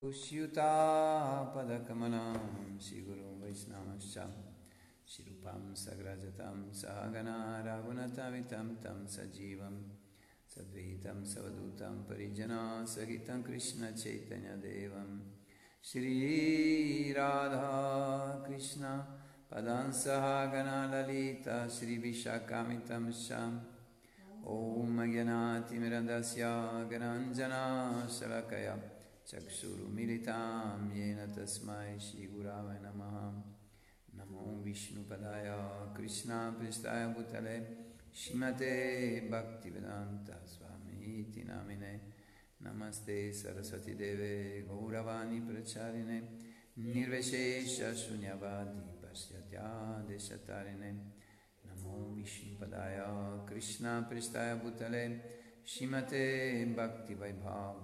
Shyuta-padakamalam Shiguru Vaishnavascha Shirupam Sagrajatam Sahagana Raghunatavitam Tam Sajivam Sadvaitam Savadutam Parijana Sahitam Krishna Chaitanya Devam Shri Radha Krishna Padan Sahagana Lalita Shri Vishakamitam Sham Om Agyanati Miradasya Gananjana Shalakaya Chakshuru Militam Yena Tasmai Shri Gurave Namaha Namo Vishnu Padaya Krishna Pristaya Bhutale Shimate Bhaktivedanta Swami Iti Namine Namaste Saraswati Deve Gauravani Pracharine Nirveshesha Shunyavadi Pashyatya Deshatarine Namo Vishnu Padaya Krishna Pristaya Bhutale Shimate Bhakti Vaibhava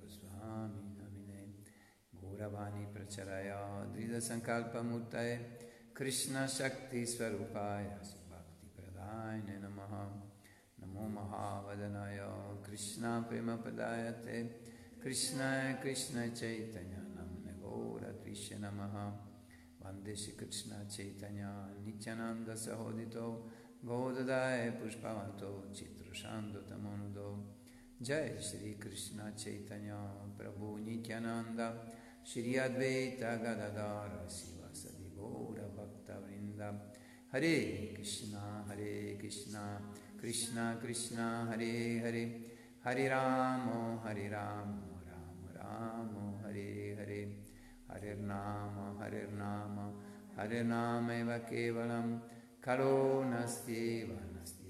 Gauravani Pracharaya Drida Sankalpa Murtaye Krishna Shakti Swarupaya Bhakti Pradayane Namaha Namo Mahavadanaya Krishna Prema Padayate Krishna Krishna Chaitanya Namne Gaura Trisha Namaha Vande Shri Krishna Chaitanya Nityananda Sahodito Gaudadaye Pushpavanto Chitrashando Tamonudo Jai Shri Krishna Chaitanya Prabhu Nityananda Shri Advaita Gadadara Sivasadi Gaura Bhakta Vrinda Hare Krishna Krishna Krishna Hare Hare Hare Rama Rama Rama Hare Hare Hare Nama Hare Nama Eva Kevalam Kalo Nastyeva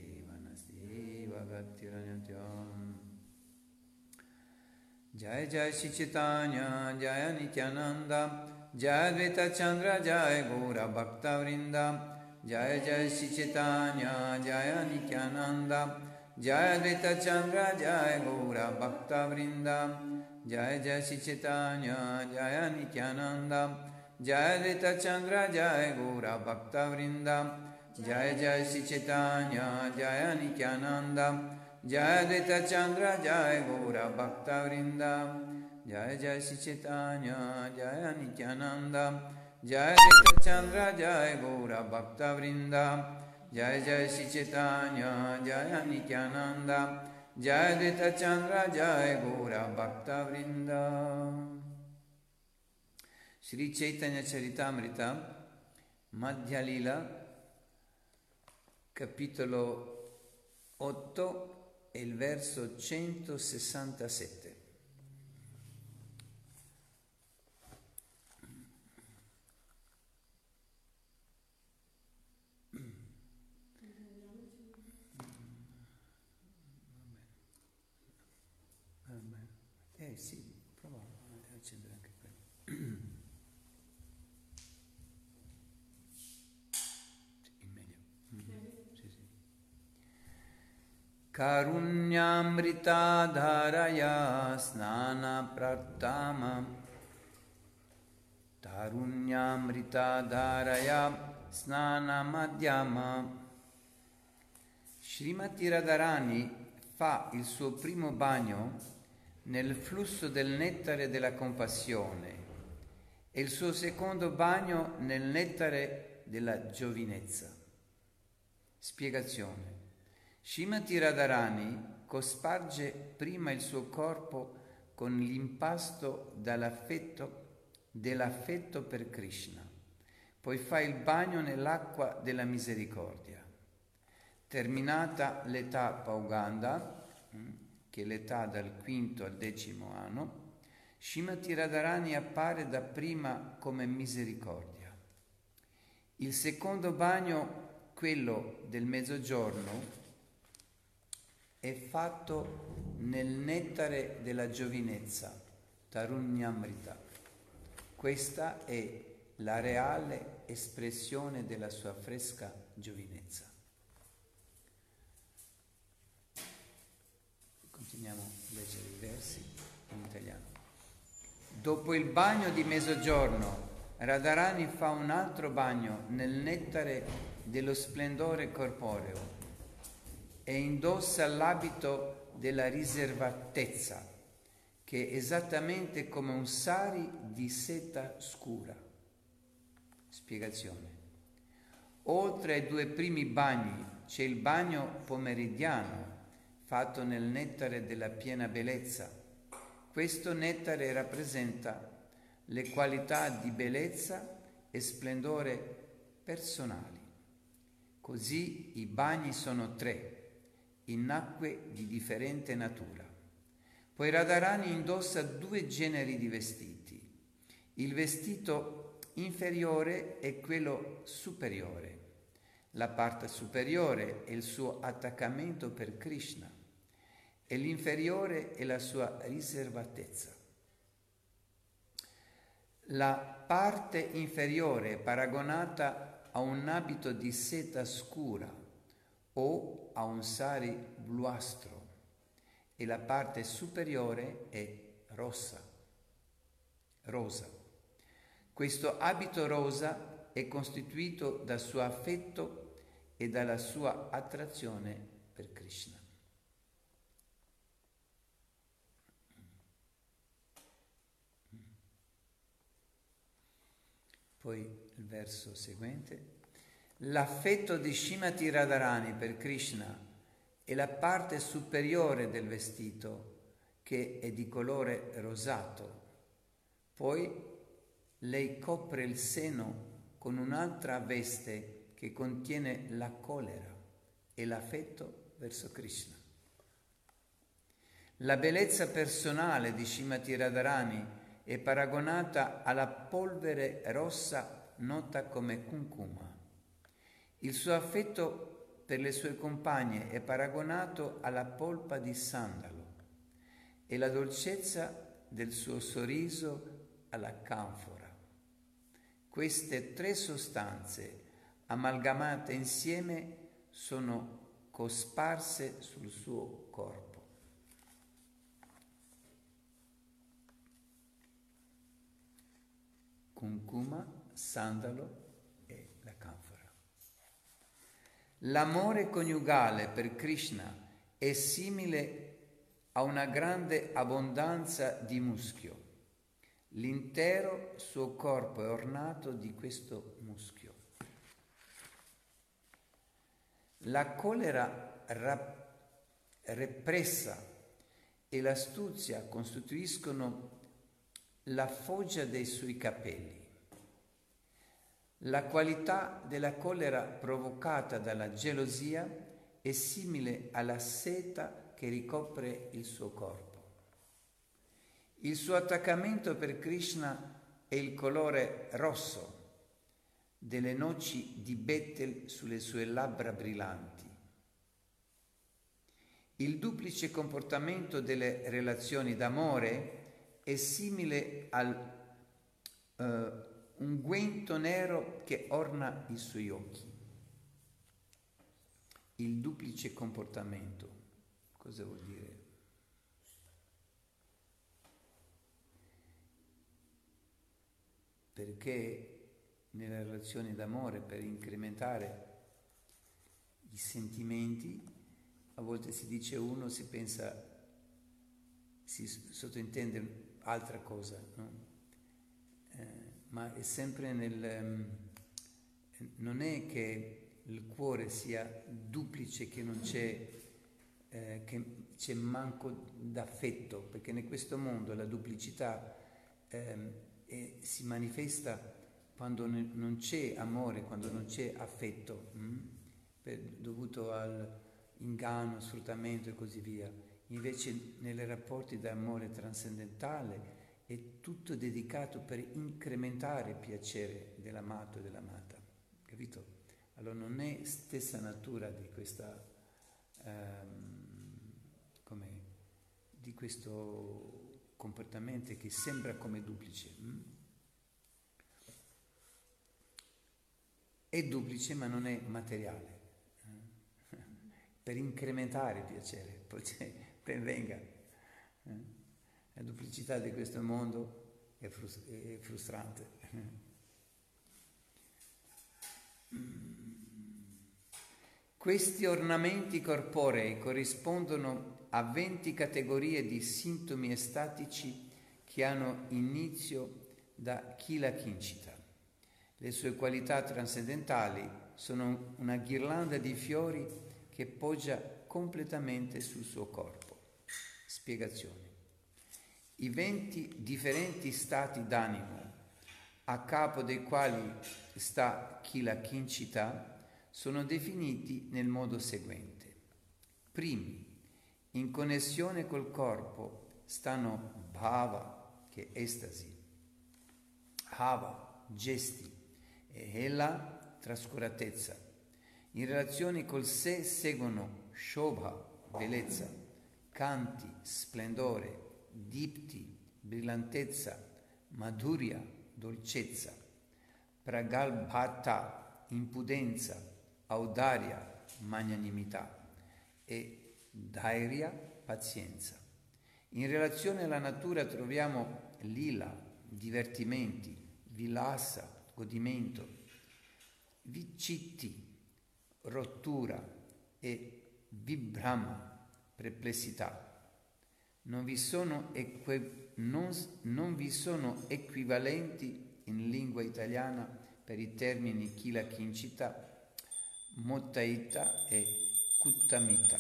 Gatiranyatyam Jai Jai Shri Chaitanya Jai Nityananda Jai Advaita Chandra Jai Gaura Bhakta Vrinda Jai Jai Shri Chaitanya Jai Nityananda Jai Advaita Chandra Jai Gaura Bhakta Vrinda Jai Jai Shri Chaitanya Jai Nityananda Jai Advaita Chandra Jai Gaura Bhakta Vrinda Jai Jai Shri Chaitanya Jai Nityananda Jai Advaita Chandra Jai Gaura Bhakta Vrinda Jai Jai Shri Chaitanya Jai Nityananda Jai Advaita Chandra Jai Gaura Bhakta Vrinda Jai Jai Shri Chaitanya Jai Nityananda Jai Advaita Chandra Jai Gaura Bhakta Vrinda Sri Chaitanya Charitamrita Madhya Lila capitolo 8 e il verso 167. Va bene. Sì, prova a accendere anche quello. Karunyamrita dharaya snana pratama Tarunyamrita dharaya snana madhyama Srimati Radharani fa il suo primo bagno nel flusso del nettare della compassione e il suo secondo bagno nel nettare della giovinezza. Spiegazione. Srimati Radharani cosparge prima il suo corpo con l'impasto dell'affetto per Krishna, poi fa il bagno nell'acqua della misericordia. Terminata l'età Pauganda, che è l'età dal 5° al 10° anno, Srimati Radharani appare dapprima come misericordia. Il secondo bagno, quello del mezzogiorno, è fatto nel nettare della giovinezza, Tarunyamrita. Questa è la reale espressione della sua fresca giovinezza. Continuiamo a leggere i versi in italiano. Dopo il bagno di mezzogiorno, Radharani fa un altro bagno nel nettare dello splendore corporeo e indossa l'abito della riservatezza che è esattamente come un sari di seta scura. Spiegazione. Oltre ai 2 primi bagni c'è il bagno pomeridiano, fatto nel nettare della piena bellezza. Questo nettare rappresenta le qualità di bellezza e splendore personali. Così i bagni sono 3, in acque di differente natura. Poi Radharani indossa 2 generi di vestiti. Il vestito inferiore e quello superiore. La parte superiore è il suo attaccamento per Krishna e l'inferiore è la sua riservatezza. La parte inferiore è paragonata a un abito di seta scura o a un sari bluastro e la parte superiore è rosa. Questo abito rosa è costituito dal suo affetto e dalla sua attrazione per Krishna. Poi il verso seguente. L'affetto di Srimati Radharani per Krishna è la parte superiore del vestito, che è di colore rosato. Poi lei copre il seno con un'altra veste che contiene la collera e l'affetto verso Krishna. La bellezza personale di Srimati Radharani è paragonata alla polvere rossa nota come kunkuma. Il suo affetto per le sue compagne è paragonato alla polpa di sandalo e la dolcezza del suo sorriso alla canfora. Queste 3 sostanze amalgamate insieme sono cosparse sul suo corpo. Kunkuma, sandalo e la canfora. L'amore coniugale per Krishna è simile a una grande abbondanza di muschio. L'intero suo corpo è ornato di questo muschio. La collera repressa e l'astuzia costituiscono la foggia dei suoi capelli. La qualità della collera provocata dalla gelosia è simile alla seta che ricopre il suo corpo. Il suo attaccamento per Krishna è il colore rosso delle noci di Betel sulle sue labbra brillanti. Il duplice comportamento delle relazioni d'amore è simile al unguento nero che orna i suoi occhi. Il duplice comportamento, cosa vuol dire? Perché nelle relazioni d'amore, per incrementare i sentimenti, a volte si dice uno, si pensa, si sottintende altra cosa, no? Ma è sempre non è che il cuore sia duplice, che non c'è, che c'è manco d'affetto, perché in questo mondo la duplicità si manifesta quando non c'è amore, quando non c'è affetto, dovuto all'inganno, sfruttamento e così via. Invece nei rapporti d'amore trascendentale è tutto dedicato per incrementare il piacere dell'amato e dell'amata, capito? Allora non è stessa natura di questa, di questo comportamento che sembra come duplice. È duplice ma non è materiale, per incrementare il piacere, poi ben venga. La duplicità di questo mondo è frustrante. Questi ornamenti corporei corrispondono a 20 categorie di sintomi estatici che hanno inizio da Kila Kinchita. Le sue qualità trascendentali sono una ghirlanda di fiori che poggia completamente sul suo corpo. Spiegazione. I 20 differenti stati d'animo a capo dei quali sta Kila Kinchita sono definiti nel modo seguente. Primi, in connessione col corpo, stanno bhava, che è estasi, hava, gesti, e hela, trascuratezza. In relazione col sé seguono shobha, bellezza, kanti, splendore, dipti, brillantezza, madhurya, dolcezza, pragalbhata, impudenza, audaria, magnanimità e dhairya, pazienza. In relazione alla natura troviamo lila, divertimenti, vilasa, godimento, vichitti, rottura e vibhrama, perplessità. Non vi sono equivalenti in lingua italiana per i termini Kila Kinchita, Mottaita e Kuttamita.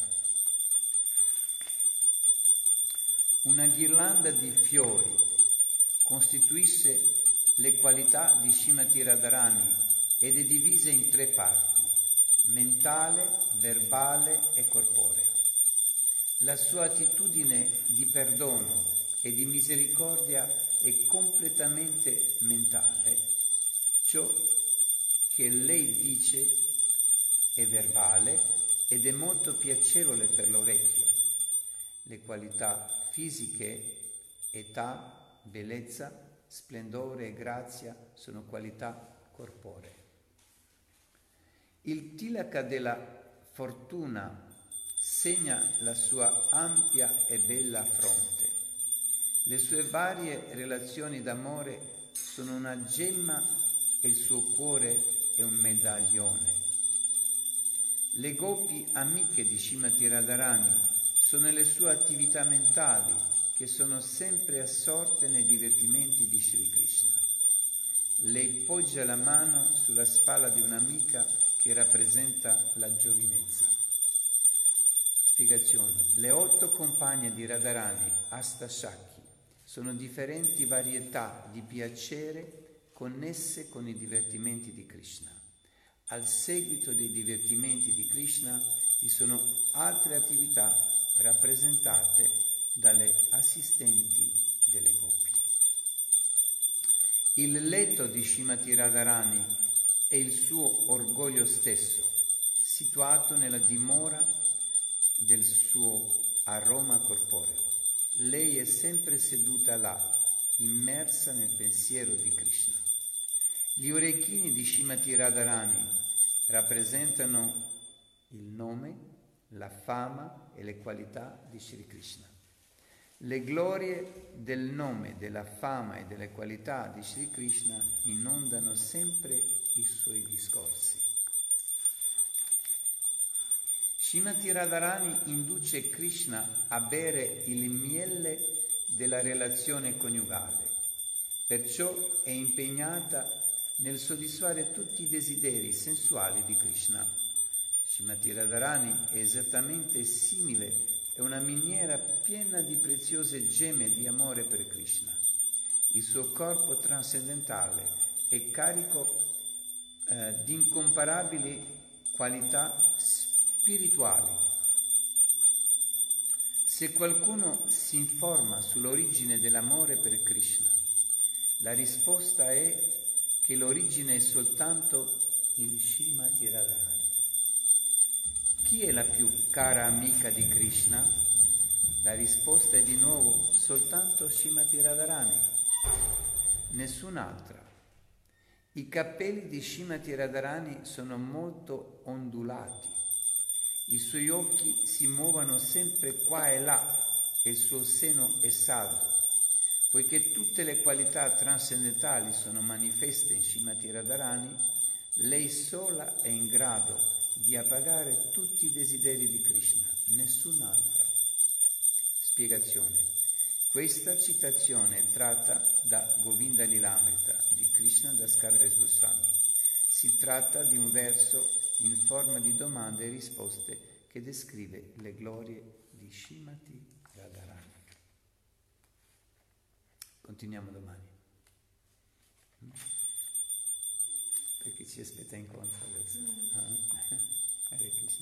Una ghirlanda di fiori costituisce le qualità di Srimati Radharani ed è divisa in 3 parti: mentale, verbale e corporea. La sua attitudine di perdono e di misericordia è completamente mentale. Ciò che lei dice è verbale ed è molto piacevole per l'orecchio. Le qualità fisiche, età, bellezza, splendore e grazia sono qualità corporee. Il tilaka della fortuna segna la sua ampia e bella fronte. Le sue varie relazioni d'amore sono una gemma e il suo cuore è un medaglione. Le gopi amiche di Srimati Radharani sono le sue attività mentali che sono sempre assorte nei divertimenti di Sri Krishna. Lei poggia la mano sulla spalla di un'amica che rappresenta la giovinezza. Spiegazione. Le 8 compagne di Radharani, Astashakhi, sono differenti varietà di piacere connesse con i divertimenti di Krishna. Al seguito dei divertimenti di Krishna vi sono altre attività rappresentate dalle assistenti delle gopi. Il letto di Srimati Radharani è il suo orgoglio stesso, situato nella dimora del suo aroma corporeo. Lei è sempre seduta là, immersa nel pensiero di Krishna. Gli orecchini di Srimati Radharani rappresentano il nome, la fama e le qualità di Sri Krishna. Le glorie del nome, della fama e delle qualità di Sri Krishna inondano sempre i suoi discorsi. Srimati Radharani induce Krishna a bere il miele della relazione coniugale, perciò è impegnata nel soddisfare tutti i desideri sensuali di Krishna. Srimati Radharani è esattamente simile, è una miniera piena di preziose gemme di amore per Krishna. Il suo corpo trascendentale è carico di incomparabili qualità spirituali. Se qualcuno si informa sull'origine dell'amore per Krishna, la risposta è che l'origine è soltanto in Srimati Radharani. Chi è la più cara amica di Krishna? La risposta è di nuovo soltanto Srimati Radharani, nessun'altra. I capelli di Srimati Radharani sono molto ondulati, i suoi occhi si muovono sempre qua e là e il suo seno è saldo. Poiché tutte le qualità trascendentali sono manifeste in Srimati Radharani, lei sola è in grado di appagare tutti i desideri di Krishna, nessun'altra. Spiegazione. Questa citazione è tratta da Govinda Lilamrita di Krishna Das Kaviraj Goswami. Si tratta di un verso in forma di domande e risposte che descrive le glorie di Srimati Radharani. Continuiamo domani. Perché ci aspetta incontro adesso. Hare Krishna.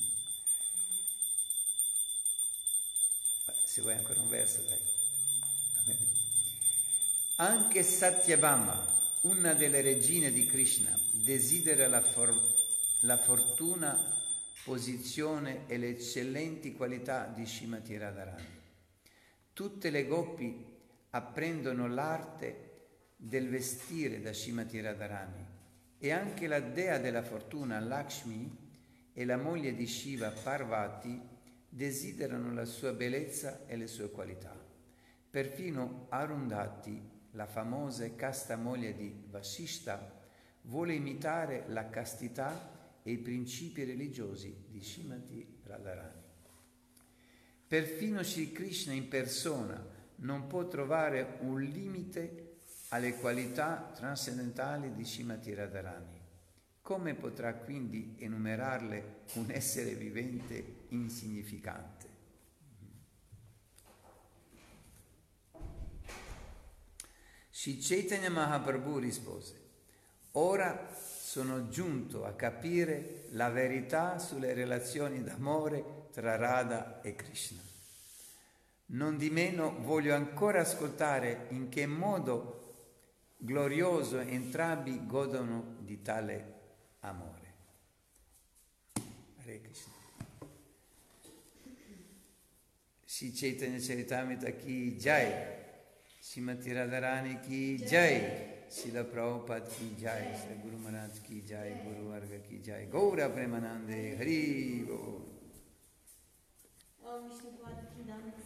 Se vuoi ancora un verso, dai. Anche Satyabhama, una delle regine di Krishna, desidera la fortuna, posizione e le eccellenti qualità di Srimati Radharani. Tutte le gopi apprendono l'arte del vestire da Srimati Radharani e anche la dea della fortuna, Lakshmi, e la moglie di Shiva, Parvati, desiderano la sua bellezza e le sue qualità. Perfino Arundhati, la famosa e casta moglie di Vasishta, vuole imitare la castità e i principi religiosi di Srimati Radharani. Perfino Sri Krishna in persona non può trovare un limite alle qualità trascendentali di Srimati Radharani. Come potrà quindi enumerarle un essere vivente insignificante? Sri Chaitanya Mahaprabhu rispose: ora sono giunto a capire la verità sulle relazioni d'amore tra Radha e Krishna. Non di meno voglio ancora ascoltare in che modo glorioso entrambi godono di tale amore. Hare Krishna. Sri Chaitanya Charitamrita ki jai, Srimati Radharani ki jai, Srila Prabhupada ki jai, Sri Guru Maharaj ki jai, Guru Varga ki jai, Gaura Premanande Hari Bol.